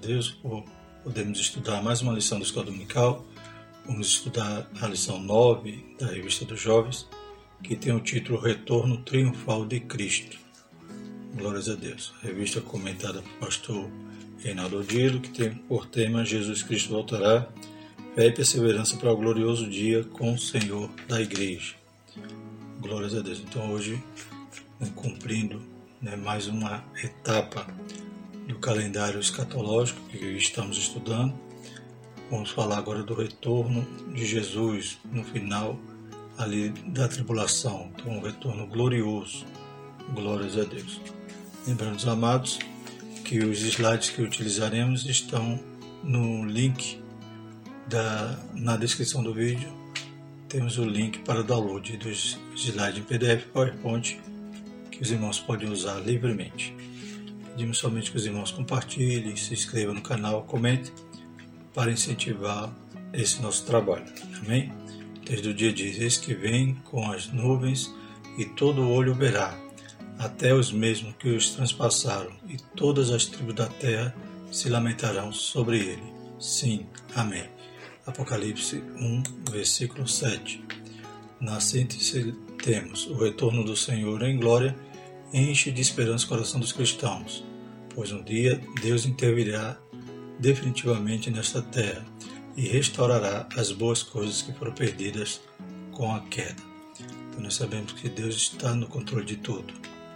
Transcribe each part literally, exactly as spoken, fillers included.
Deus por podermos estudar mais uma lição da Escola Dominical. Vamos estudar a lição nove da Revista dos Jovens, que tem o título Retorno Triunfal de Cristo. Glórias a Deus. A revista comentada pelo pastor Reinaldo Odilo, que tem por tema Jesus Cristo voltará, fé e perseverança para o glorioso dia com o Senhor da Igreja. Glórias a Deus. Então hoje, né, cumprindo né, mais uma etapa do calendário escatológico que estamos estudando, vamos falar agora do retorno de Jesus no final ali da tribulação. Então um retorno glorioso. Glórias a Deus. Lembrando, os amados, que os slides que utilizaremos estão no link da, na descrição do vídeo. Temos o link para download dos slides em P D F PowerPoint que os irmãos podem usar livremente. Pedimos somente que os irmãos compartilhem, se inscrevam no canal, comentem para incentivar esse nosso trabalho. Amém? Desde o dia de eis que vem com as nuvens e todo olho verá, até os mesmos que os transpassaram, e todas as tribos da terra se lamentarão sobre ele. Sim, amém. Apocalipse um, versículo sete. Na síntese temos: o retorno do Senhor em glória enche de esperança o coração dos cristãos, pois um dia Deus intervirá definitivamente nesta terra e restaurará as boas coisas que foram perdidas com a queda. Então nós sabemos que Deus está no controle de tudo.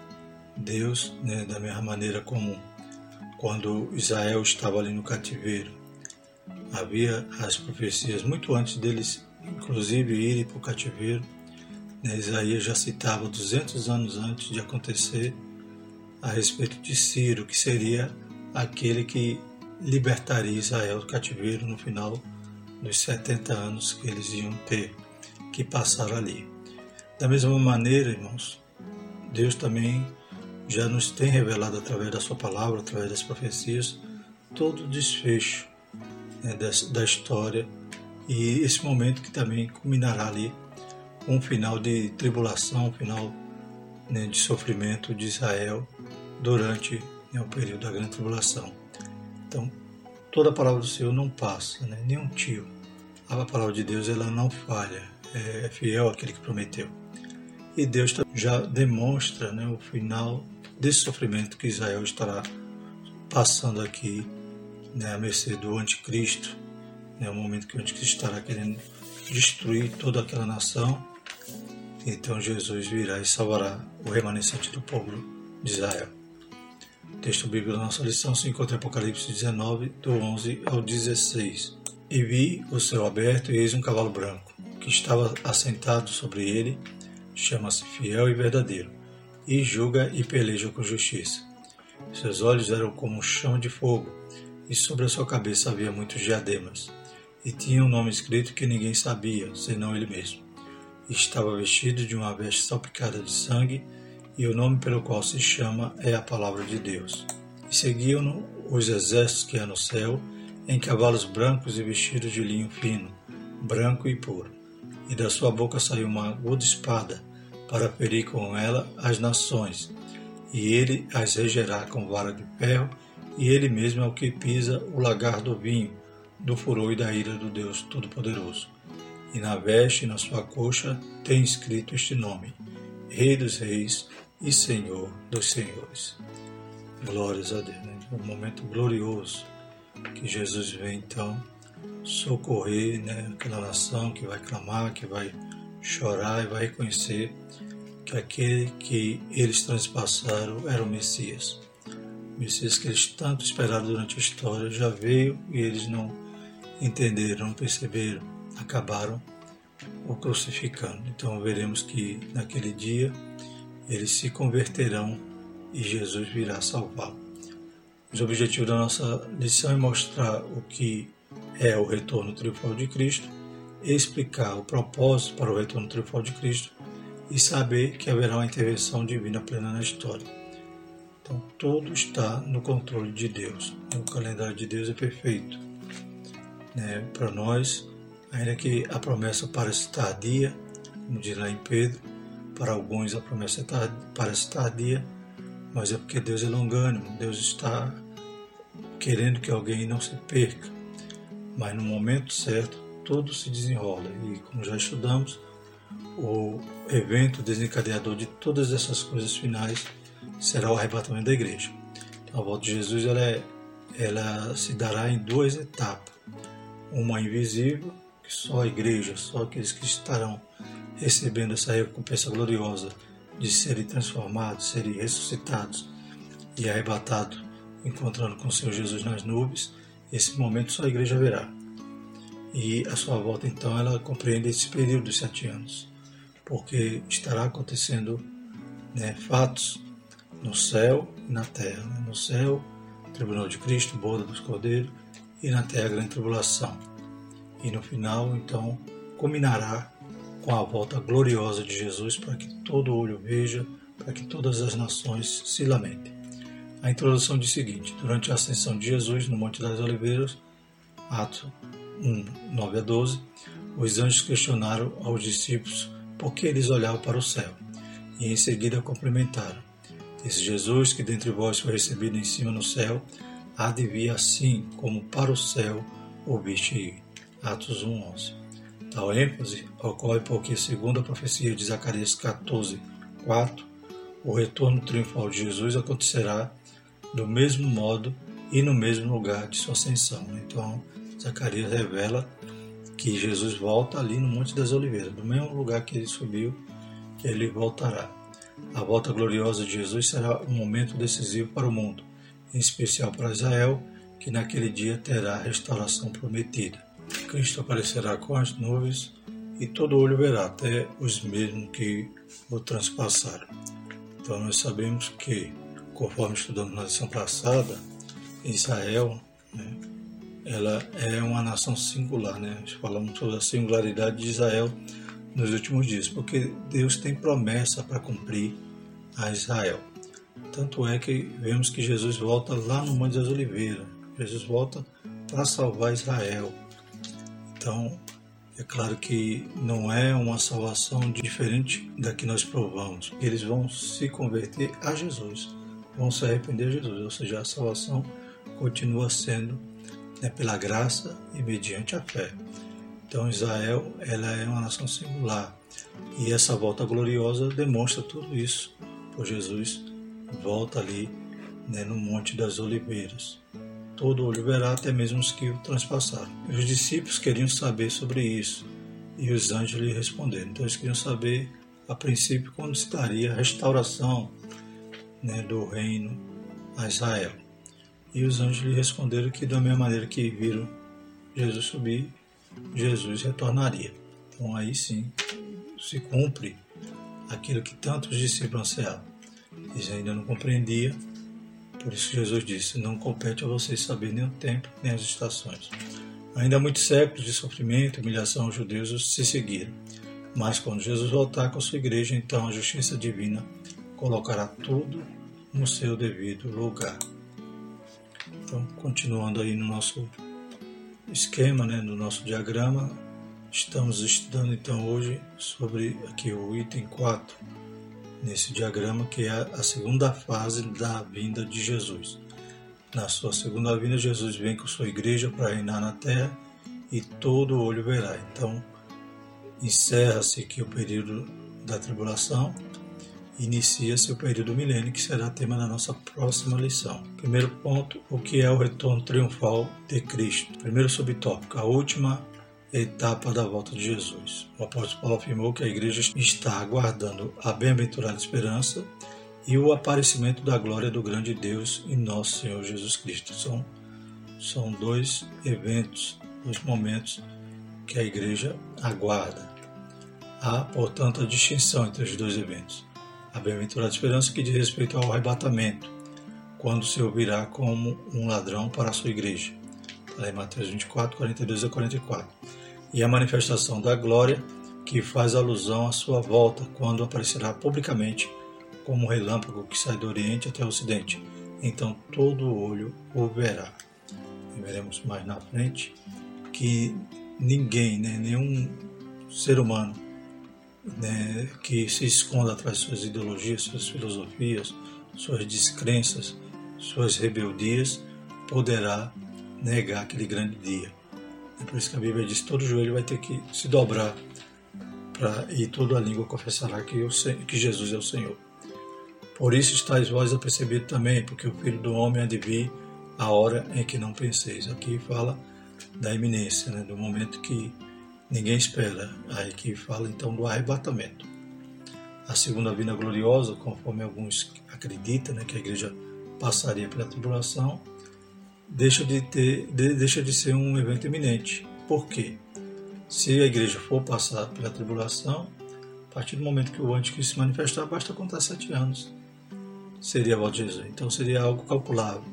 Deus, né, da mesma maneira como quando Israel estava ali no cativeiro, havia as profecias muito antes deles, inclusive, irem para o cativeiro. Né, Isaías já citava duzentos anos antes de acontecer a respeito de Ciro, que seria aquele que libertaria Israel do cativeiro no final dos setenta anos que eles iam ter que passar ali. Da mesma maneira, irmãos, Deus também já nos tem revelado através da sua palavra, através das profecias, todo o desfecho né, da história e esse momento que também culminará ali um final de tribulação, um final né, de sofrimento de Israel durante né, o período da grande tribulação. Então, toda a palavra do Senhor não passa, né, nem um tio. A palavra de Deus ela não falha, é fiel àquele que prometeu. E Deus já demonstra né, o final desse sofrimento que Israel estará passando aqui, né, à mercê do anticristo, né, o momento que o anticristo estará querendo destruir toda aquela nação. Então Jesus virá e salvará o remanescente do povo de Israel. O texto bíblico da nossa lição se encontra em Apocalipse dezenove, do onze ao dezesseis. E vi o céu aberto e eis um cavalo branco, que estava assentado sobre ele, chama-se Fiel e Verdadeiro, e julga e peleja com justiça. Seus olhos eram como um chama de fogo, e sobre a sua cabeça havia muitos diademas, e tinha um nome escrito que ninguém sabia, senão ele mesmo. E estava vestido de uma veste salpicada de sangue, e o nome pelo qual se chama é a Palavra de Deus. E seguiam-no os exércitos que há no céu, em cavalos brancos e vestidos de linho fino, branco e puro. E da sua boca saiu uma aguda espada, para ferir com ela as nações, e ele as regerá com vara de ferro, e ele mesmo é o que pisa o lagar do vinho, do furor e da ira do Deus Todo-Poderoso. E na veste e na sua coxa tem escrito este nome: Rei dos Reis e Senhor dos Senhores. Glórias a Deus. Né? Um momento glorioso que Jesus vem então socorrer né, aquela nação que vai clamar, que vai chorar e vai reconhecer que aquele que eles transpassaram era o Messias. O Messias que eles tanto esperaram durante a história já veio e eles não entenderam, não perceberam, acabaram o crucificando. Então veremos que naquele dia eles se converterão e Jesus virá salvá-lo. O objetivo da nossa lição é mostrar o que é o retorno triunfal de Cristo, explicar o propósito para o retorno triunfal de Cristo e saber que haverá uma intervenção divina plena na história. Então, tudo está no controle de Deus. O calendário de Deus é perfeito. Né? Para nós, ainda que a promessa pareça tardia, como diz lá em Pedro, para alguns a promessa parece tardia, mas é porque Deus é longânimo, Deus está querendo que alguém não se perca, mas no momento certo tudo se desenrola e, como já estudamos, o evento desencadeador de todas essas coisas finais será o arrebatamento da igreja. Então, a volta de Jesus ela, é, ela se dará em duas etapas, uma invisível, que só a igreja, só aqueles que estarão recebendo essa recompensa gloriosa de serem transformados, serem ressuscitados e arrebatados, encontrando com o Senhor Jesus nas nuvens. Esse momento só a igreja verá. E a sua volta, então, ela compreende esse período de sete anos, porque estará acontecendo, né, fatos no céu e na terra. Né? No céu, tribunal de Cristo, boda dos Cordeiros, e na terra, a grande tribulação. E no final, então, culminará com a volta gloriosa de Jesus, para que todo olho veja, para que todas as nações se lamentem. A introdução diz o seguinte: durante a ascensão de Jesus no Monte das Oliveiras, Atos um, nove a doze, os anjos questionaram aos discípulos por que eles olhavam para o céu, e em seguida cumprimentaram: esse Jesus que dentre vós foi recebido em cima no céu, há de vir assim como para o céu o viste ir. Atos um, onze. Tal ênfase ocorre porque, segundo a profecia de Zacarias catorze, quatro, o retorno triunfal de Jesus acontecerá do mesmo modo e no mesmo lugar de sua ascensão. Então, Zacarias revela que Jesus volta ali no Monte das Oliveiras, do mesmo lugar que ele subiu, que ele voltará. A volta gloriosa de Jesus será um momento decisivo para o mundo, em especial para Israel, que naquele dia terá a restauração prometida. Cristo aparecerá com as nuvens e todo olho verá, até os mesmos que o transpassaram. Então nós sabemos que, conforme estudamos na lição passada, Israel, né, ela é uma nação singular. Né? Nós falamos sobre a singularidade de Israel nos últimos dias, porque Deus tem promessa para cumprir a Israel. Tanto é que vemos que Jesus volta lá no Monte das Oliveiras. Jesus volta para salvar Israel. Então, é claro que não é uma salvação diferente da que nós provamos. Eles vão se converter a Jesus, vão se arrepender a Jesus, ou seja, a salvação continua sendo, né, pela graça e mediante a fé. Então, Israel ela é uma nação singular e essa volta gloriosa demonstra tudo isso, por Jesus volta ali, né, no Monte das Oliveiras. Todo olho verá, até mesmo os que o transpassaram. E os discípulos queriam saber sobre isso, e os anjos lhe responderam. Então eles queriam saber, a princípio, quando se daria a restauração, né, do reino a Israel. E os anjos lhe responderam que, da mesma maneira que viram Jesus subir, Jesus retornaria. Então aí sim se cumpre aquilo que tantos discípulos ansiavam. Eles ainda não compreendiam. Por isso Jesus disse: não compete a vocês saber nem o tempo, nem as estações. Ainda muitos séculos de sofrimento e humilhação aos judeus se seguiram. Mas quando Jesus voltar com a sua igreja, então a justiça divina colocará tudo no seu devido lugar. Então, continuando aí no nosso esquema, né, no nosso diagrama, estamos estudando então hoje sobre aqui o item quatro. Nesse diagrama, que é a segunda fase da vinda de Jesus. Na sua segunda vinda, Jesus vem com sua igreja para reinar na terra e todo olho verá. Então, encerra-se aqui o período da tribulação, inicia-se o período do milênio, que será tema da nossa próxima lição. Primeiro ponto, o que é o retorno triunfal de Cristo? Primeiro subtópico, a última etapa da volta de Jesus. O apóstolo Paulo afirmou que a igreja está aguardando a bem-aventurada esperança e o aparecimento da glória do grande Deus e nosso Senhor Jesus Cristo. São, são dois eventos, dois momentos que a igreja aguarda. Há, portanto, a distinção entre os dois eventos. A bem-aventurada esperança, que diz respeito ao arrebatamento, quando se ouvirá como um ladrão para a sua igreja. Está em Mateus vinte e quatro, quarenta e dois a quarenta e quatro. E a manifestação da glória, que faz alusão à sua volta, quando aparecerá publicamente como um relâmpago que sai do Oriente até o Ocidente. Então todo olho o verá. E veremos mais na frente que ninguém, né, nenhum ser humano, né, que se esconda atrás de suas ideologias, suas filosofias, suas descrenças, suas rebeldias, poderá negar aquele grande dia. É por isso que a Bíblia diz que todo joelho vai ter que se dobrar pra, e toda a língua confessará que, eu, que Jesus é o Senhor. Por isso estáis vós apercebidos também, porque o Filho do Homem há de vir a hora em que não penseis. Aqui fala da iminência, né, do momento que ninguém espera. Aí que fala então do arrebatamento. A segunda vinda gloriosa, conforme alguns acreditam, né, que a igreja passaria pela tribulação, deixa de, ter, de, deixa de ser um evento iminente. Por quê? Se a igreja for passar pela tribulação, a partir do momento que o anticristo se manifestar, basta contar sete anos. Seria a volta de Jesus. Então seria algo calculável.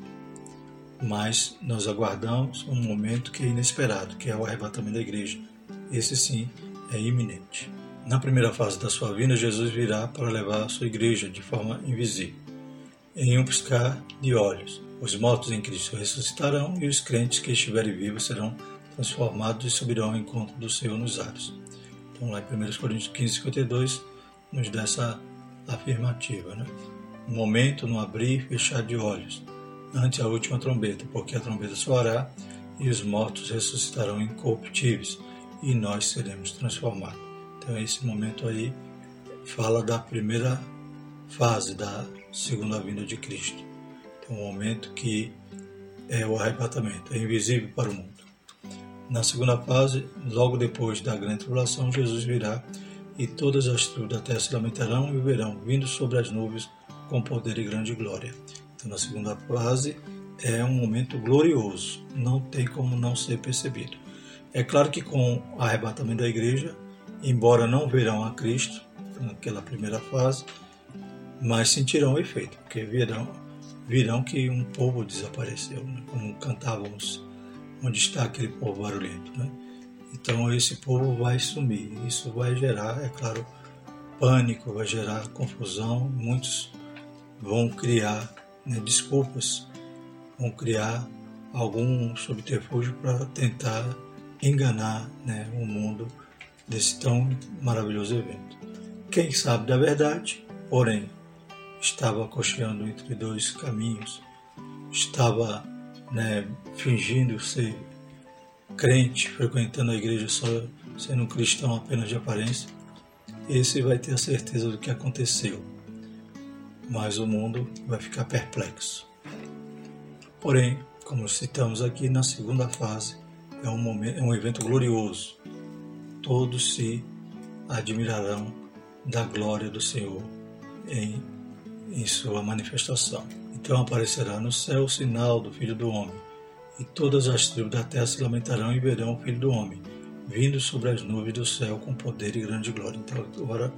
Mas nós aguardamos um momento que é inesperado, que é o arrebatamento da igreja. Esse sim é iminente. Na primeira fase da sua vinda, Jesus virá para levar a sua igreja de forma invisível. Em um piscar de olhos, os mortos em Cristo ressuscitarão e os crentes que estiverem vivos serão transformados e subirão ao encontro do Senhor nos ares. Então lá em primeira Coríntios quinze, cinquenta e dois nos dá essa afirmativa, né? Um momento no abrir e fechar de olhos, ante a última trombeta, porque a trombeta soará e os mortos ressuscitarão incorruptíveis e nós seremos transformados. Então esse momento aí fala da primeira fase da segunda vinda de Cristo. Então um momento que é o arrebatamento, é invisível para o mundo. Na segunda fase, logo depois da grande tribulação, Jesus virá e todas as tribos da terra se lamentarão e o verão, vindo sobre as nuvens com poder e grande glória. Então, na segunda fase, é um momento glorioso, não tem como não ser percebido. É claro que com o arrebatamento da igreja, embora não verão a Cristo, naquela primeira fase, mas sentirão o efeito, porque virão, virão que um povo desapareceu, né? Como cantávamos, onde está aquele povo barulhento, né? Então esse povo vai sumir, isso vai gerar, é claro, pânico, vai gerar confusão, muitos vão criar, né, desculpas, vão criar algum subterfúgio para tentar enganar, né, o mundo desse tão maravilhoso evento. Quem sabe da verdade, porém, estava cocheando entre dois caminhos, estava, né, fingindo ser crente, frequentando a igreja só sendo um cristão apenas de aparência, esse vai ter a certeza do que aconteceu, mas o mundo vai ficar perplexo. Porém, como citamos aqui, na segunda fase é um, momento, é um evento glorioso. Todos se admirarão da glória do Senhor em, em sua manifestação. Então aparecerá no céu o sinal do Filho do Homem, e todas as tribos da terra se lamentarão e verão o Filho do Homem, vindo sobre as nuvens do céu com poder e grande glória. Então agora,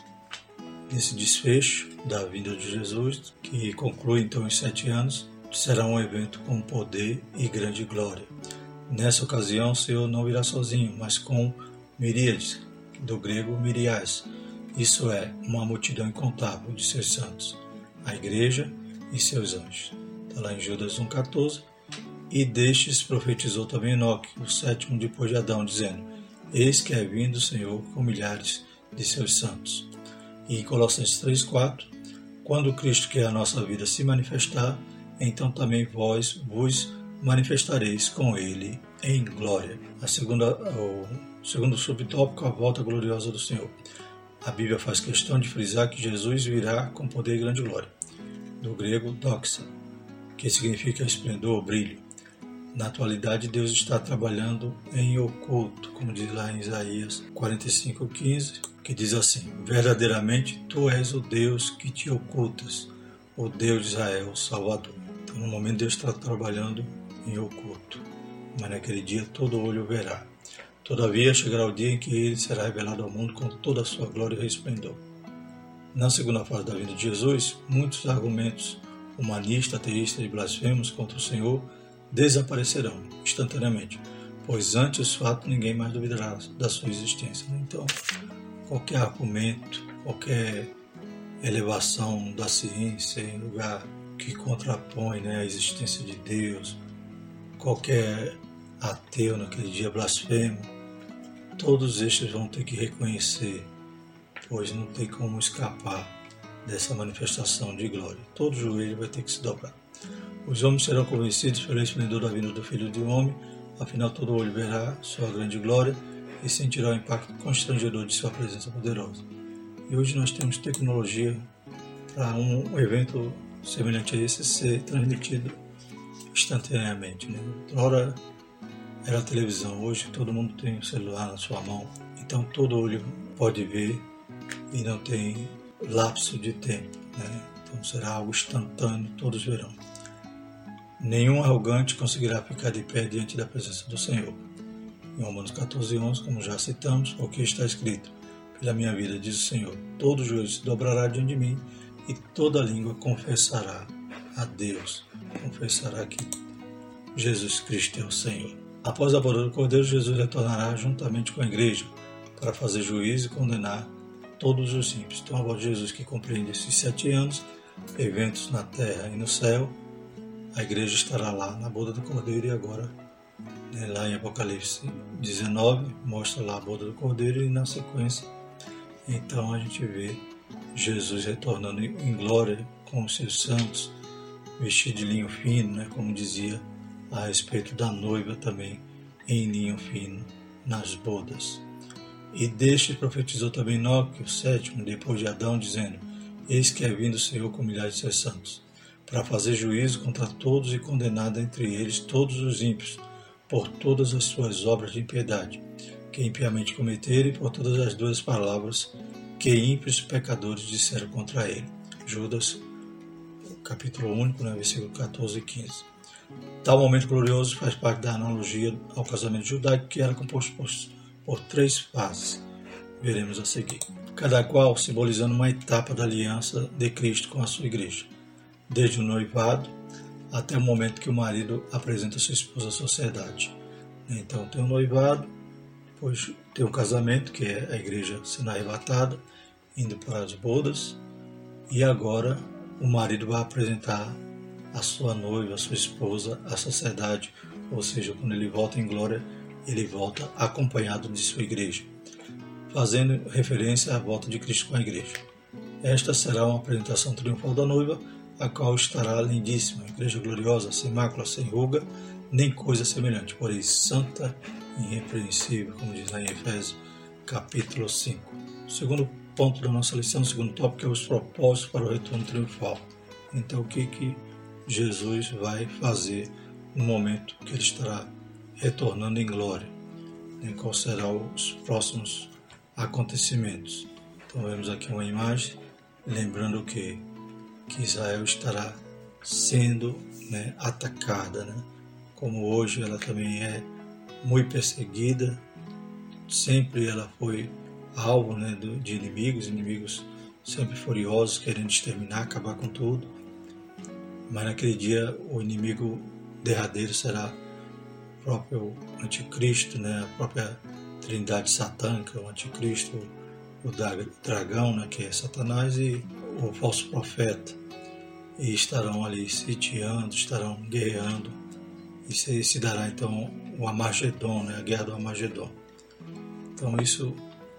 esse desfecho da vinda de Jesus, que conclui então os sete anos, será um evento com poder e grande glória. Nessa ocasião, o Senhor não virá sozinho, mas com miríades, do grego miriás, isso é, uma multidão incontável de seus santos, a igreja e seus anjos. Está lá em Judas um, catorze. E destes profetizou também Enoque, o sétimo depois de Adão, dizendo: Eis que é vindo o Senhor com milhares de seus santos. E em Colossenses três, quatro, quando Cristo, que é a nossa vida, se manifestar, então também vós vos manifestareis com Ele em glória. A segunda, o segundo subtópico, a volta gloriosa do Senhor. A Bíblia faz questão de frisar que Jesus virá com poder e grande glória, do grego doxa, que significa esplendor, brilho. Na atualidade, Deus está trabalhando em oculto, como diz lá em Isaías quarenta e cinco, quinze, que diz assim: verdadeiramente, tu és o Deus que te ocultas, o Deus de Israel, o Salvador. Então, no momento, Deus está trabalhando em oculto, mas naquele dia todo olho o verá. Todavia, chegará o dia em que ele será revelado ao mundo com toda a sua glória e resplendor. Na segunda fase da vinda de Jesus, muitos argumentos humanistas, ateístas e blasfemos contra o Senhor desaparecerão instantaneamente, pois ante os fatos ninguém mais duvidará da sua existência. Então, qualquer argumento, qualquer elevação da ciência em lugar que contrapõe, né, a existência de Deus, qualquer ateu naquele dia blasfemo, todos estes vão ter que reconhecer, pois não tem como escapar dessa manifestação de glória. Todo joelho vai ter que se dobrar. Os homens serão convencidos pelo esplendor da vinda do Filho do Homem, afinal todo olho verá sua grande glória e sentirá o impacto constrangedor de sua presença poderosa. E hoje nós temos tecnologia para um evento semelhante a esse ser transmitido instantaneamente, né? Outrora era a televisão, hoje todo mundo tem o celular na sua mão, então todo olho pode ver e não tem lapso de tempo, né? Então será algo instantâneo, todos verão. Nenhum arrogante conseguirá ficar de pé diante da presença do Senhor. Em Romanos catorze, onze, como já citamos, o que está escrito: pela minha vida, diz o Senhor, todo joelho se dobrará diante de mim e toda língua confessará a Deus, confessará que Jesus Cristo é o Senhor. Após a boda do Cordeiro, Jesus retornará juntamente com a igreja para fazer juízo e condenar todos os ímpios. Então a volta de Jesus, que compreende esses sete anos, eventos na terra e no céu, a igreja estará lá na boda do Cordeiro. E agora, né, lá em Apocalipse dezenove, mostra lá a boda do Cordeiro e na sequência, então a gente vê Jesus retornando em glória com os seus santos, vestido de linho fino, né, como dizia a respeito da noiva também, em linho fino, nas bodas. E deste profetizou também Enoque, o sétimo, depois de Adão, dizendo: eis que é vindo o Senhor com milhares de seus santos, para fazer juízo contra todos e condenar dentre eles todos os ímpios, por todas as suas obras de impiedade, que impiamente cometeram, e por todas as duas palavras que ímpios pecadores disseram contra ele. Judas, capítulo único, né, versículo catorze e quinze. Tal momento glorioso faz parte da analogia ao casamento judaico, que era composto por, por três fases. Veremos a seguir. Cada qual simbolizando uma etapa da aliança de Cristo com a sua igreja, desde o noivado até o momento que o marido apresenta sua esposa à sociedade. Então tem o noivado, depois tem o casamento, que é a igreja sendo arrebatada, indo para as bodas, e agora o marido vai apresentar a sua noiva, a sua esposa, à sociedade, ou seja, quando ele volta em glória, ele volta acompanhado de sua igreja, fazendo referência à volta de Cristo com a igreja. Esta será uma apresentação triunfal da noiva, a qual estará lindíssima, igreja gloriosa, sem mácula, sem ruga, nem coisa semelhante, porém santa e irrepreensível, como diz lá em Efésios, capítulo cinco. O segundo ponto da nossa lição, o segundo tópico, é os propósitos para o retorno triunfal. Então, o que que Jesus vai fazer no momento que ele estará retornando em glória? E quais serão os próximos acontecimentos? Então, vemos aqui uma imagem, lembrando que que Israel estará sendo, né, atacada, né? Como hoje ela também é muito perseguida, sempre ela foi alvo, né, de inimigos, inimigos sempre furiosos, querendo exterminar, acabar com tudo. Mas naquele dia o inimigo derradeiro será o próprio anticristo, né, a própria trindade satânica, o anticristo, o dragão, né, que é Satanás, e o falso profeta, e estarão ali sitiando, estarão guerreando, e se, se dará então o Armagedon, né, a guerra do Armagedon. Então isso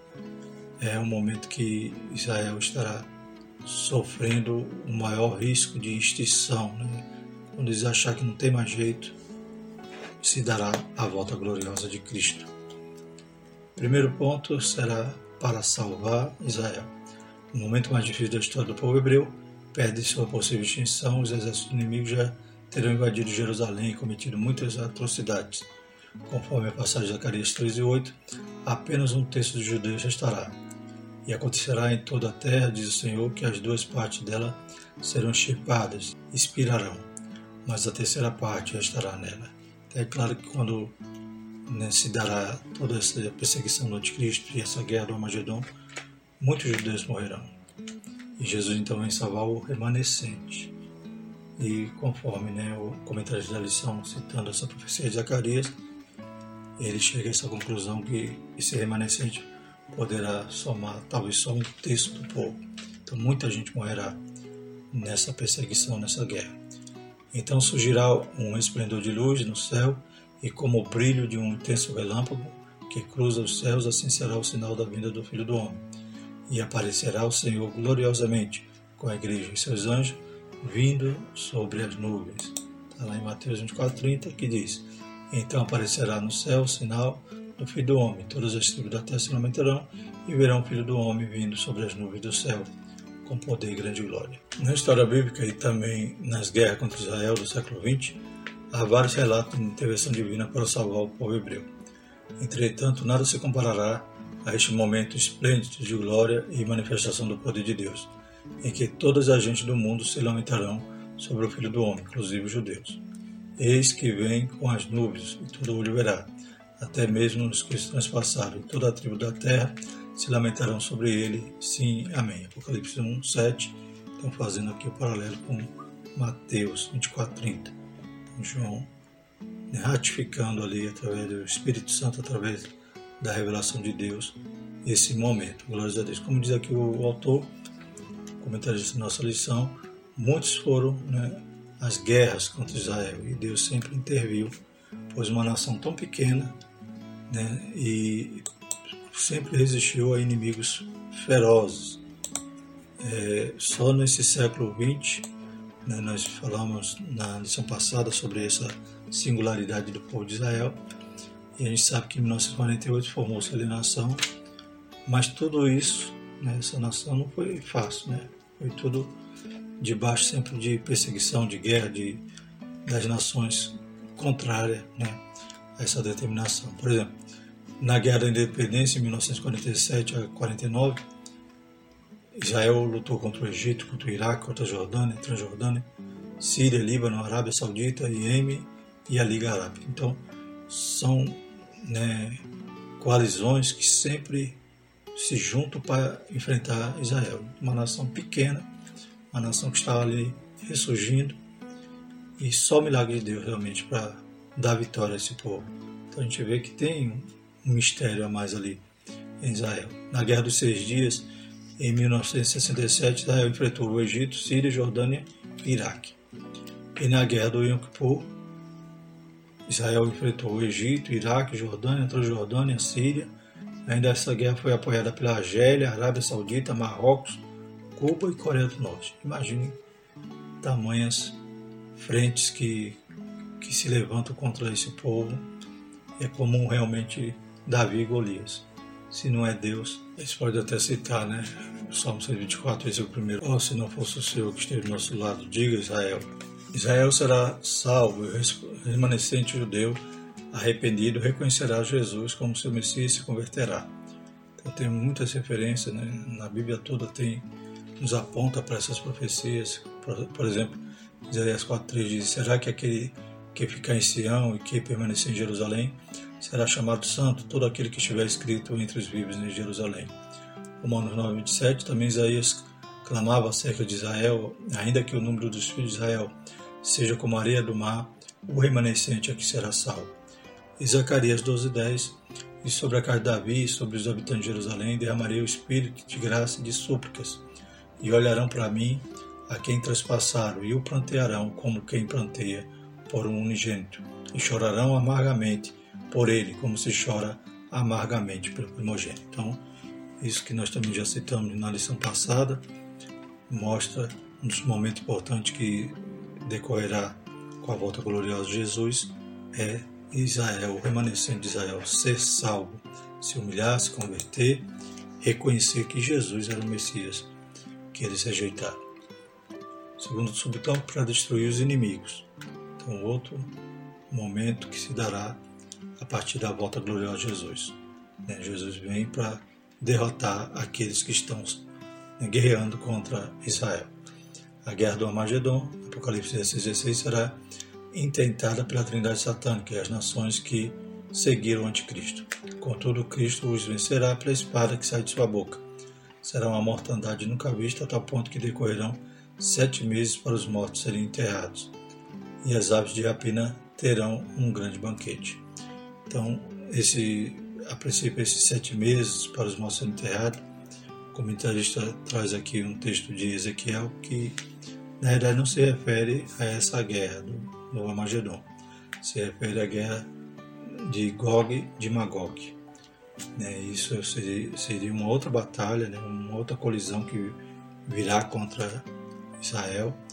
é um momento que Israel estará sofrendo o maior risco de extinção, né? Quando eles achar que não tem mais jeito, se dará a volta gloriosa de Cristo. Primeiro ponto será para salvar Israel. No momento mais difícil da história do povo hebreu, perde sua possível extinção, os exércitos inimigos já terão invadido Jerusalém e cometido muitas atrocidades. Conforme a passagem de Zacarias treze, oito, apenas um terço dos judeus restará. E acontecerá em toda a terra, diz o Senhor, que as duas partes dela serão extirpadas, expirarão, mas a terceira parte restará nela. É claro que quando, né, se dará toda essa perseguição do anticristo e essa guerra do Armagedon, muitos judeus morrerão. E Jesus então vem salvar o remanescente. E conforme, né, o comentário da lição, citando essa profecia de Zacarias, ele chega a essa conclusão que esse remanescente poderá somar talvez só um terço do povo. Então muita gente morrerá nessa perseguição, nessa guerra. Então surgirá um esplendor de luz no céu, e como o brilho de um intenso relâmpago que cruza os céus, assim será o sinal da vinda do Filho do Homem. E aparecerá o Senhor gloriosamente com a igreja e seus anjos, vindo sobre as nuvens. Está lá em Mateus vinte e quatro, trinta, que diz: então aparecerá no céu o sinal do Filho do Homem. Todas as tribos da terra se lamentarão e verão o Filho do Homem vindo sobre as nuvens do céu, com poder e grande glória. Na história bíblica e também nas guerras contra Israel do século vinte, há vários relatos de intervenção divina para salvar o povo hebreu. Entretanto, nada se comparará a este momento esplêndido de glória e manifestação do poder de Deus, em que todas as gentes do mundo se lamentarão sobre o Filho do Homem, inclusive os judeus. Eis que vem com as nuvens, e todo olho verá, até mesmo os que transpassaram, e toda a tribo da terra se lamentarão sobre ele. Sim, amém. Apocalipse um, sete. Estão fazendo aqui o paralelo com Mateus vinte e quatro, trinta. Então, João, né, ratificando ali, através do Espírito Santo, através da revelação de Deus, esse momento. Glórias a Deus. Como diz aqui o autor, comentarista da nossa lição, muitos foram, né, as guerras contra Israel, e Deus sempre interviu, pois uma nação tão pequena, né, e sempre resistiu a inimigos ferozes. É, só nesse século vinte, né, nós falamos na lição passada sobre essa singularidade do povo de Israel, e a gente sabe que em mil novecentos e quarenta e oito formou-se ali a nação, mas tudo isso, né, essa nação não foi fácil, né, foi tudo debaixo sempre de perseguição, de guerra, de, das nações contrárias, né, a essa determinação. Por exemplo, na Guerra da Independência, em mil novecentos e quarenta e sete a quarenta e nove, Israel lutou contra o Egito, contra o Iraque, contra a Jordânia, Transjordânia, Síria, Líbano, Arábia Saudita, Iêmen e a Liga Arábica. Então, são, né, coalizões que sempre se juntam para enfrentar Israel. Uma nação pequena, uma nação que estava ali ressurgindo, e só o milagre de Deus realmente para dar vitória a esse povo. Então a gente vê que tem um mistério a mais ali em Israel. Na Guerra dos Seis Dias, em mil novecentos e sessenta e sete, Israel enfrentou o Egito, Síria, Jordânia e Iraque. E na Guerra do Yom Kippur, Israel enfrentou o Egito, Iraque, Jordânia, Transjordânia, Síria. Ainda essa guerra foi apoiada pela Argélia, Arábia Saudita, Marrocos, Cuba e Coreia do Norte. Imagine tamanhas frentes que, que se levantam contra esse povo. É comum realmente Davi e Golias. Se não é Deus, eles podem até citar, né? O Salmo cento e vinte e quatro, esse é o primeiro. Oh, se não fosse o Senhor que esteve do nosso lado, diga Israel. Israel será salvo, e o remanescente judeu arrependido reconhecerá Jesus como seu Messias e se converterá. Então tem muitas referências, né? Na Bíblia toda tem, nos aponta para essas profecias. Por, por exemplo, Isaías quatro, três diz: será que aquele que ficar em Sião e que permanecer em Jerusalém será chamado santo, todo aquele que estiver escrito entre os vivos em Jerusalém? Romanos nove, vinte e sete, também Isaías clamava acerca de Israel: ainda que o número dos filhos de Israel seja como a areia do mar, o remanescente é que será salvo. E Zacarias doze, dez, e sobre a casa de Davi e sobre os habitantes de Jerusalém derramarei o espírito de graça e de súplicas, e olharão para mim a quem traspassaram, e o plantearão como quem planteia por um unigênito, e chorarão amargamente por ele, como se chora amargamente pelo primogênito. Então, isso que nós também já citamos na lição passada, mostra um dos momentos importantes que decorrerá com a volta gloriosa de Jesus, é Israel, o remanescente de Israel, ser salvo, se humilhar, se converter, reconhecer que Jesus era o Messias que eles rejeitaram. Segundo subtópico, para destruir os inimigos. Então, outro momento que se dará a partir da volta gloriosa de Jesus. Jesus vem para derrotar aqueles que estão guerreando contra Israel. A guerra do Armagedon, Apocalipse dezesseis, dezesseis, será intentada pela Trindade satânica e as nações que seguiram o anticristo. Contudo, Cristo os vencerá pela espada que sai de sua boca. Será uma mortandade nunca vista, a tal ponto que decorrerão sete meses para os mortos serem enterrados, e as aves de rapina terão um grande banquete. Então, esse, a princípio, esses sete meses para os mortos serem enterrados, o comentarista traz aqui um texto de Ezequiel que, na verdade, não se refere a essa guerra do, do Armagedon, se refere à guerra de Gog e de Magog. Né? Isso seria, seria uma outra batalha, né? Uma outra colisão que virá contra Israel.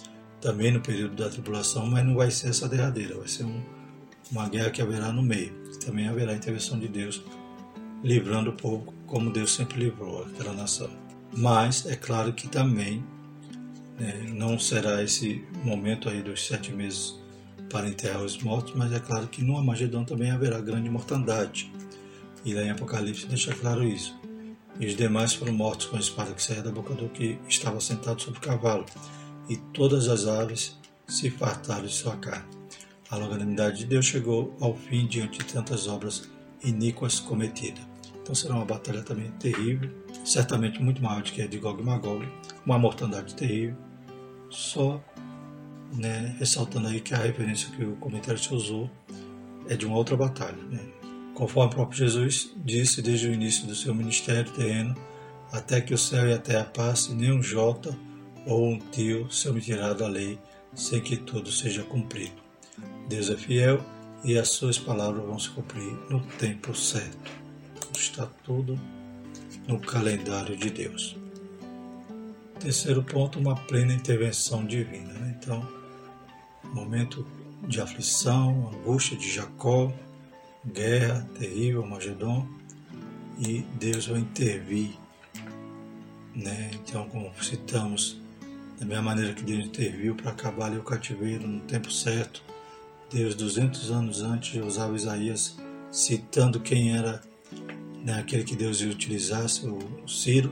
também no período da tribulação, mas não vai ser essa derradeira, vai ser um, uma guerra que haverá no meio. Também haverá a intervenção de Deus, livrando o povo como Deus sempre livrou aquela nação. Mas é claro que também né, não será esse momento aí dos sete meses para enterrar os mortos, mas é claro que no Armagedon também haverá grande mortandade. E lá em Apocalipse deixa claro isso. E os demais foram mortos com a espada que saía da boca do que estava sentado sobre o cavalo, e todas as aves se fartaram de sua carne. A longanimidade de Deus chegou ao fim diante de tantas obras iníquas cometidas. Então será uma batalha também terrível, certamente muito maior do que a de Gog e Magog, uma mortandade terrível, só né, ressaltando aí que a referência que o comentarista usou é de uma outra batalha. Né? Conforme o próprio Jesus disse desde o início do seu ministério terreno, até que o céu e a terra passem, nem um jota ou um tio se omitirá da lei, sem que tudo seja cumprido. Deus é fiel e as suas palavras vão se cumprir no tempo certo. Está tudo no calendário de Deus. Terceiro ponto, uma plena intervenção divina. Né? Então, momento de aflição, angústia de Jacó, guerra terrível, Armagedon, e Deus vai intervir. Né? Então, como citamos, da mesma maneira que Deus interviu para acabar ali o cativeiro no tempo certo, Deus, duzentos anos antes, usava Isaías citando quem era né, aquele que Deus ia utilizar, o Ciro,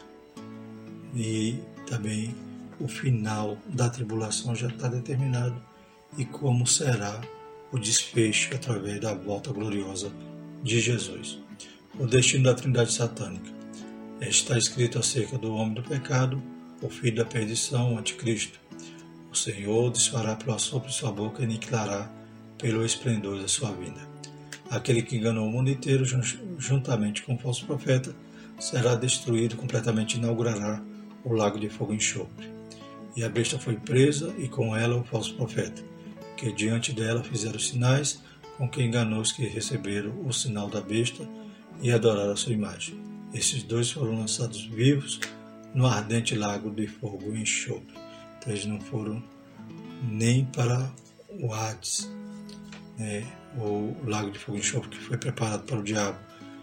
e também o final da tribulação já está determinado e como será o desfecho através da volta gloriosa de Jesus. O destino da trindade satânica está escrito acerca do homem do pecado, o filho da perdição, o anticristo. O Senhor desfará pelo assopro de sua boca e aniquilará pelo esplendor da sua vinda. Aquele que enganou o mundo inteiro juntamente com o falso profeta será destruído, completamente inaugurará o lago de fogo e enxofre. E a besta foi presa e com ela o falso profeta, que diante dela fizeram sinais com que enganou os que receberam o sinal da besta e adoraram a sua imagem. Esses dois foram lançados vivos no ardente lago de fogo e enxofre. Então eles não foram nem para o Hades, né, o lago de fogo e enxofre que foi preparado para o diabo,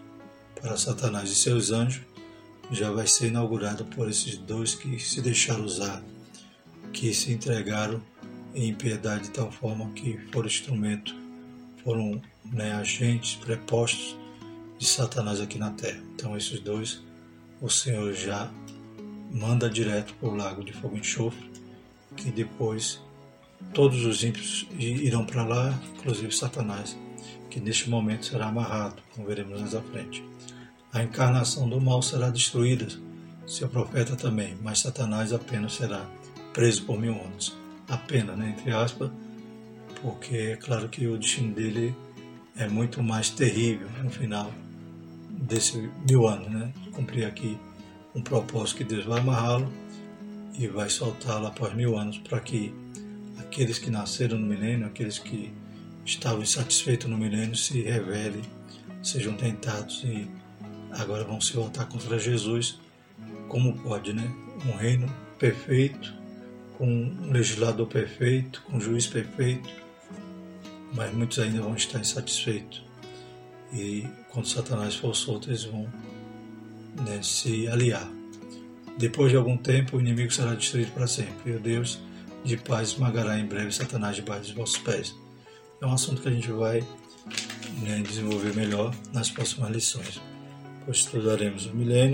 para Satanás e seus anjos, já vai ser inaugurado por esses dois que se deixaram usar, que se entregaram em impiedade de tal forma que foram instrumento, foram né, agentes prepostos de Satanás aqui na terra. Então esses dois, o Senhor já manda direto para o lago de fogo e enxofre, que depois todos os ímpios irão para lá, inclusive Satanás, que neste momento será amarrado, como veremos mais à frente. A encarnação do mal será destruída, seu profeta também, mas Satanás apenas será preso por mil anos. Apenas, né, entre aspas, porque é claro que o destino dele é muito mais terrível no final desse mil anos, né? Cumprir aqui um propósito que Deus vai amarrá-lo e vai soltá-lo após mil anos para que aqueles que nasceram no milênio, aqueles que estavam insatisfeitos no milênio se rebelem, sejam tentados e agora vão se voltar contra Jesus. Como pode, né? Um reino perfeito, com um legislador perfeito, com um juiz perfeito, mas muitos ainda vão estar insatisfeitos. E quando Satanás for solto, eles vão né, se aliar. Depois de algum tempo, o inimigo será destruído para sempre, e o Deus de paz esmagará em breve Satanás debaixo dos vossos pés. É um assunto que a gente vai né, desenvolver melhor nas próximas lições. Pois estudaremos o milênio,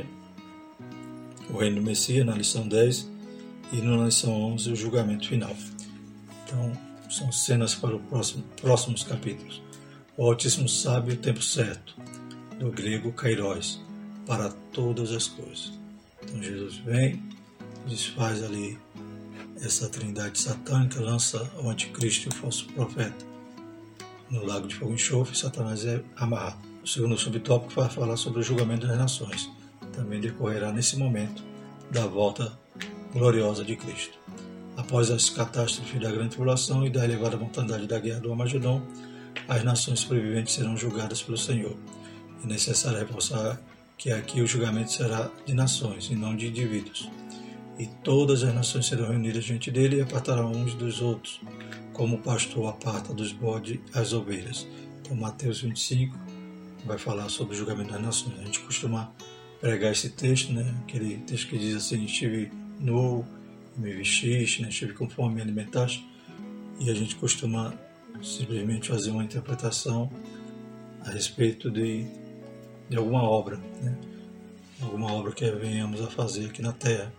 o reino do Messias, na lição dez, e na lição onze, o julgamento final. Então, são cenas para os próximo, próximos capítulos. O Altíssimo sabe o tempo certo, do grego kairos, para todas as coisas. Então Jesus vem, desfaz ali essa trindade satânica, lança o anticristo e o falso profeta no lago de fogo e enxofre, Satanás é amarrado. O segundo subtópico vai falar sobre o julgamento das nações. Também decorrerá nesse momento da volta gloriosa de Cristo. Após as catástrofes da grande tribulação e da elevada mortandade da guerra do Armagedon, as nações sobreviventes serão julgadas pelo Senhor. É necessário reforçar que aqui o julgamento será de nações e não de indivíduos. e todas as nações serão reunidas diante dele e apartarão uns dos outros, como o pastor aparta dos bodes as ovelhas. Então, Mateus vinte e cinco vai falar sobre o julgamento das nações. A gente costuma pregar esse texto, né? Aquele texto que diz assim: estive nu, me vestiste, né? Estive com fome, me alimentaste. E a gente costuma simplesmente fazer uma interpretação a respeito de, de alguma obra, né? Alguma obra que venhamos a fazer aqui na Terra,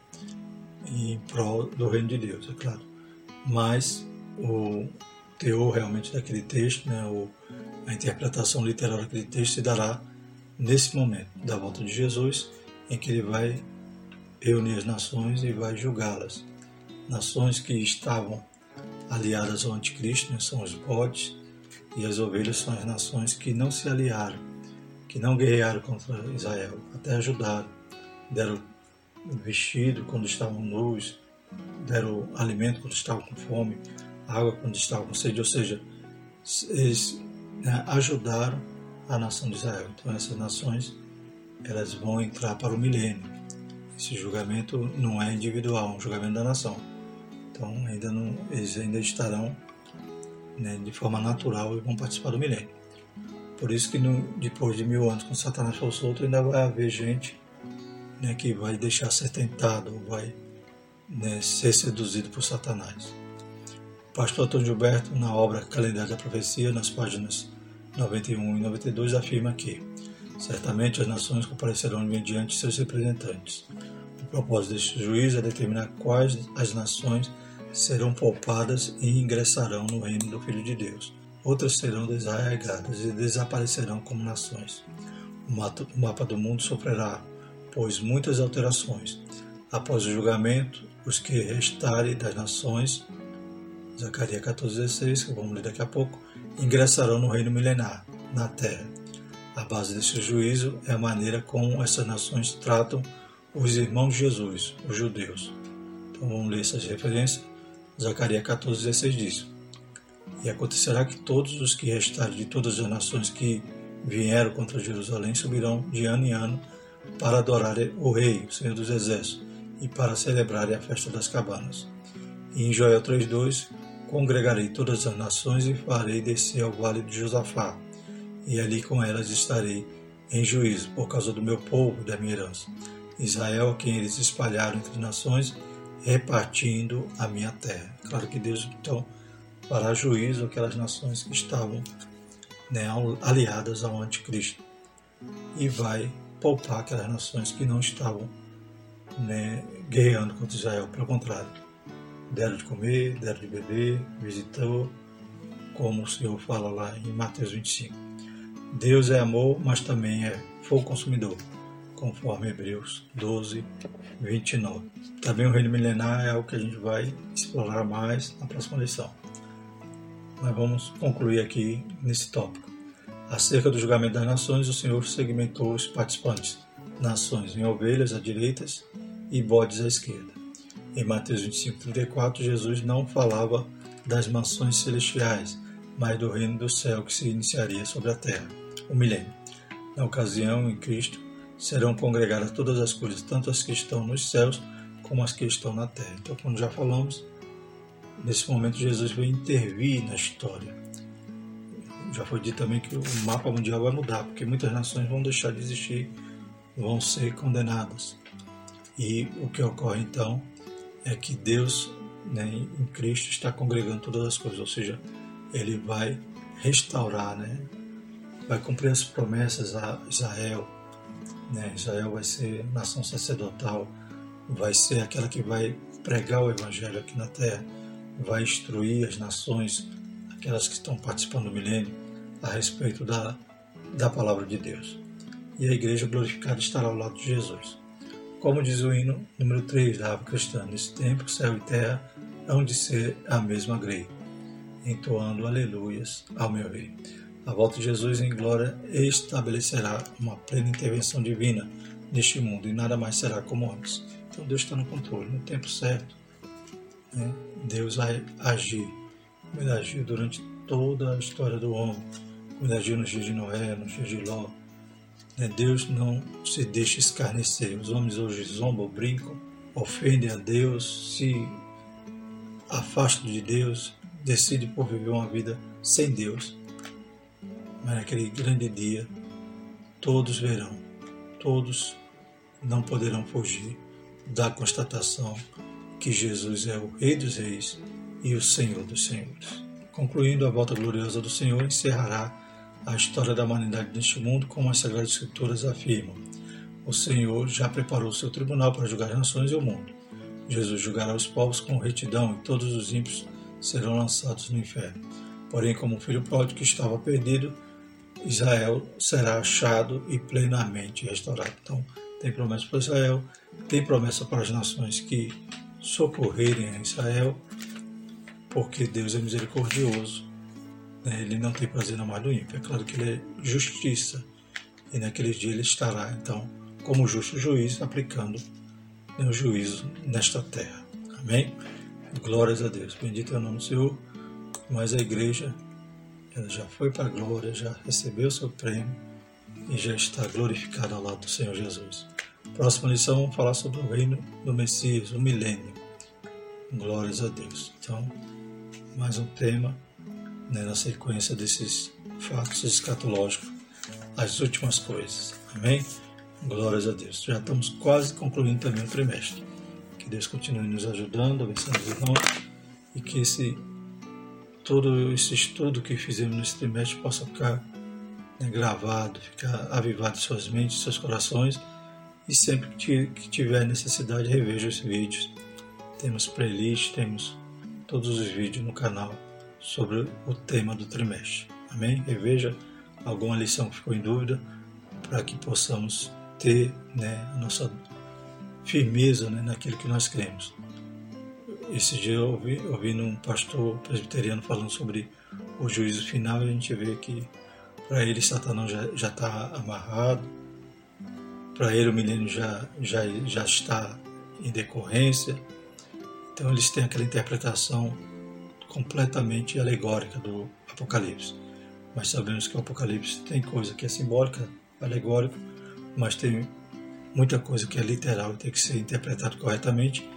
em prol do reino de Deus, é claro. Mas o teor realmente daquele texto, né, o, a interpretação literal daquele texto se dará nesse momento da volta de Jesus, em que ele vai reunir as nações e vai julgá-las. Nações que estavam aliadas ao anticristo, né, são os bodes, e as ovelhas são as nações que não se aliaram, que não guerrearam contra Israel, até ajudaram, deram vestido quando estavam nus, deram alimento quando estavam com fome, água quando estavam com sede, ou seja, eles, né, ajudaram a nação de Israel. Então essas nações, elas vão entrar para o milênio. Esse julgamento não é individual, é um julgamento da nação. Então ainda não, eles ainda estarão, né, de forma natural e vão participar do milênio. Por isso que no, depois de mil anos, quando Satanás for solto, ainda vai haver gente, né, que vai deixar ser tentado, ou vai, né, ser seduzido por Satanás. O pastor Antônio Gilberto, na obra Calendário da Profecia, nas páginas noventa e um e noventa e dois, afirma que certamente as nações comparecerão mediante seus representantes. O propósito deste juízo é determinar quais as nações serão poupadas e ingressarão no reino do Filho de Deus. Outras serão desarraigadas e desaparecerão como nações. O mapa do mundo sofrerá, pois, muitas alterações. Após o julgamento, os que restarem das nações, Zacarias quatorze, dezesseis, que vamos ler daqui a pouco, ingressarão no reino milenar, na terra. A base desse juízo é a maneira como essas nações tratam os irmãos de Jesus, os judeus. Então vamos ler essas referências. Zacarias quatorze, dezesseis diz: E acontecerá que todos os que restarem de todas as nações que vieram contra Jerusalém subirão de ano em ano para adorarem o Rei, o Senhor dos Exércitos, e para celebrarem a festa das cabanas. E em Joel três, dois, congregarei todas as nações e farei descer ao vale de Josafá, e ali com elas estarei em juízo, por causa do meu povo e da minha herança, Israel, a quem eles espalharam entre nações, repartindo a minha terra. Claro que Deus, então, fará juízo àquelas nações que estavam, né, aliadas ao anticristo, e vai poupar aquelas nações que não estavam, né, guerreando contra Israel. Pelo contrário, deram de comer, deram de beber, visitou, como o Senhor fala lá em Mateus vinte e cinco. Deus é amor, mas também é fogo consumidor, conforme Hebreus doze, vinte e nove. Também o reino milenar é algo que a gente vai explorar mais na próxima lição. Mas vamos concluir aqui nesse tópico. Acerca do julgamento das nações, o Senhor segmentou os participantes, nações em ovelhas à direita e bodes à esquerda. Em Mateus vinte e cinco, trinta e quatro, Jesus não falava das mansões celestiais, mas do reino do céu que se iniciaria sobre a terra, o milênio. Na ocasião, em Cristo, serão congregadas todas as coisas, tanto as que estão nos céus como as que estão na terra. Então, como já falamos, nesse momento Jesus vai intervir na história. Já foi dito também que o mapa mundial vai mudar, porque muitas nações vão deixar de existir, vão ser condenadas. E o que ocorre então é que Deus, né, em Cristo, está congregando todas as coisas, ou seja, Ele vai restaurar, né, vai cumprir as promessas a Israel. Né, Israel vai ser nação sacerdotal, vai ser aquela que vai pregar o Evangelho aqui na terra, vai instruir as nações, aquelas que estão participando do milênio, a respeito da, da palavra de Deus. E a igreja glorificada estará ao lado de Jesus. Como diz o hino número três da Ave Cristã, nesse tempo, céu e terra hão de ser a mesma grei, entoando aleluias ao meu rei. A volta de Jesus em glória estabelecerá uma plena intervenção divina neste mundo e nada mais será como antes. Então Deus está no controle, no tempo certo, né? Deus vai agir, como Ele agiu durante toda a história do homem, como Ele agiu nos dias de Noé, nos dias de Ló. Né? Deus não se deixa escarnecer. Os homens hoje zombam, brincam, ofendem a Deus, se afastam de Deus, decidem por viver uma vida sem Deus. Mas naquele grande dia, todos verão, todos não poderão fugir da constatação que Jesus é o Rei dos Reis e o Senhor dos Senhores. Concluindo, a volta gloriosa do Senhor encerrará a história da humanidade neste mundo, como as Sagradas Escrituras afirmam. O Senhor já preparou seu tribunal para julgar as nações e o mundo. Jesus julgará os povos com retidão e todos os ímpios serão lançados no inferno. Porém, como o filho pródigo que estava perdido, Israel será achado e plenamente restaurado. Então, tem promessa para Israel, tem promessa para as nações que socorrerem a Israel, porque Deus é misericordioso, né? Ele não tem prazer na maldade do ímpio. É claro que Ele é justiça, e naquele dia Ele estará, então, como justo juiz, aplicando, né, o juízo nesta terra. Amém? Glórias a Deus. Bendito é o nome do Senhor. Mas a igreja, ela já foi para a glória, já recebeu seu prêmio e já está glorificada ao lado do Senhor Jesus. Próxima lição, vamos falar sobre o reino do Messias, o milênio. Glórias a Deus. Então, mais um tema, né, na sequência desses fatos escatológicos, as últimas coisas. Amém? Glórias a Deus. Já estamos quase concluindo também o trimestre. Que Deus continue nos ajudando, abençoando os irmãos, e que esse, todo esse estudo que fizemos nesse trimestre possa ficar, né, gravado, ficar avivado em suas mentes, em seus corações, e sempre que tiver necessidade, reveja os vídeos. Temos playlist, temos todos os vídeos no canal sobre o tema do trimestre. Amém? Reveja alguma lição que ficou em dúvida, para que possamos ter, né, a nossa firmeza, né, naquilo que nós cremos. Esse dia eu ouvi, ouvindo um pastor presbiteriano falando sobre o juízo final, e a gente vê que para ele Satanás já está amarrado, para ele o milênio já, já, já está em decorrência. Então eles têm aquela interpretação completamente alegórica do Apocalipse. Mas sabemos que o Apocalipse tem coisa que é simbólica, alegórica, mas tem muita coisa que é literal e tem que ser interpretado corretamente.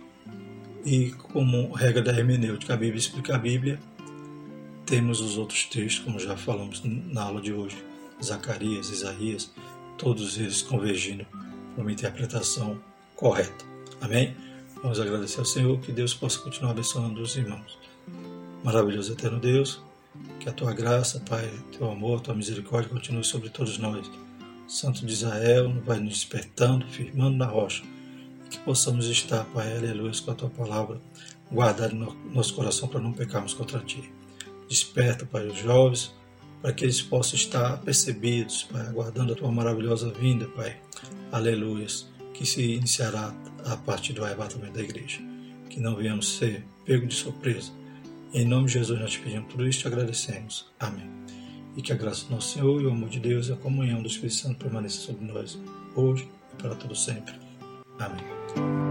E como regra da hermenêutica, a Bíblia explica a Bíblia, temos os outros textos, como já falamos na aula de hoje, Zacarias, Isaías, todos eles convergindo para uma interpretação correta. Amém? Vamos agradecer ao Senhor, que Deus possa continuar abençoando os irmãos. Maravilhoso eterno Deus, que a Tua graça, Pai, Teu amor, Tua misericórdia continue sobre todos nós. Santo de Israel, vai nos despertando, firmando na rocha, e que possamos estar, Pai, aleluia, com a Tua palavra guardada no nosso coração para não pecarmos contra Ti. Desperta, Pai, os jovens, para que eles possam estar percebidos, Pai, aguardando a Tua maravilhosa vinda, Pai, aleluia, que se iniciará a partir do arrebatamento da igreja. Que não venhamos ser pegos de surpresa. Em nome de Jesus nós te pedimos tudo isso e te agradecemos. Amém. E que a graça do nosso Senhor e o amor de Deus e a comunhão do Espírito Santo permaneça sobre nós, hoje e para todo sempre. Amém.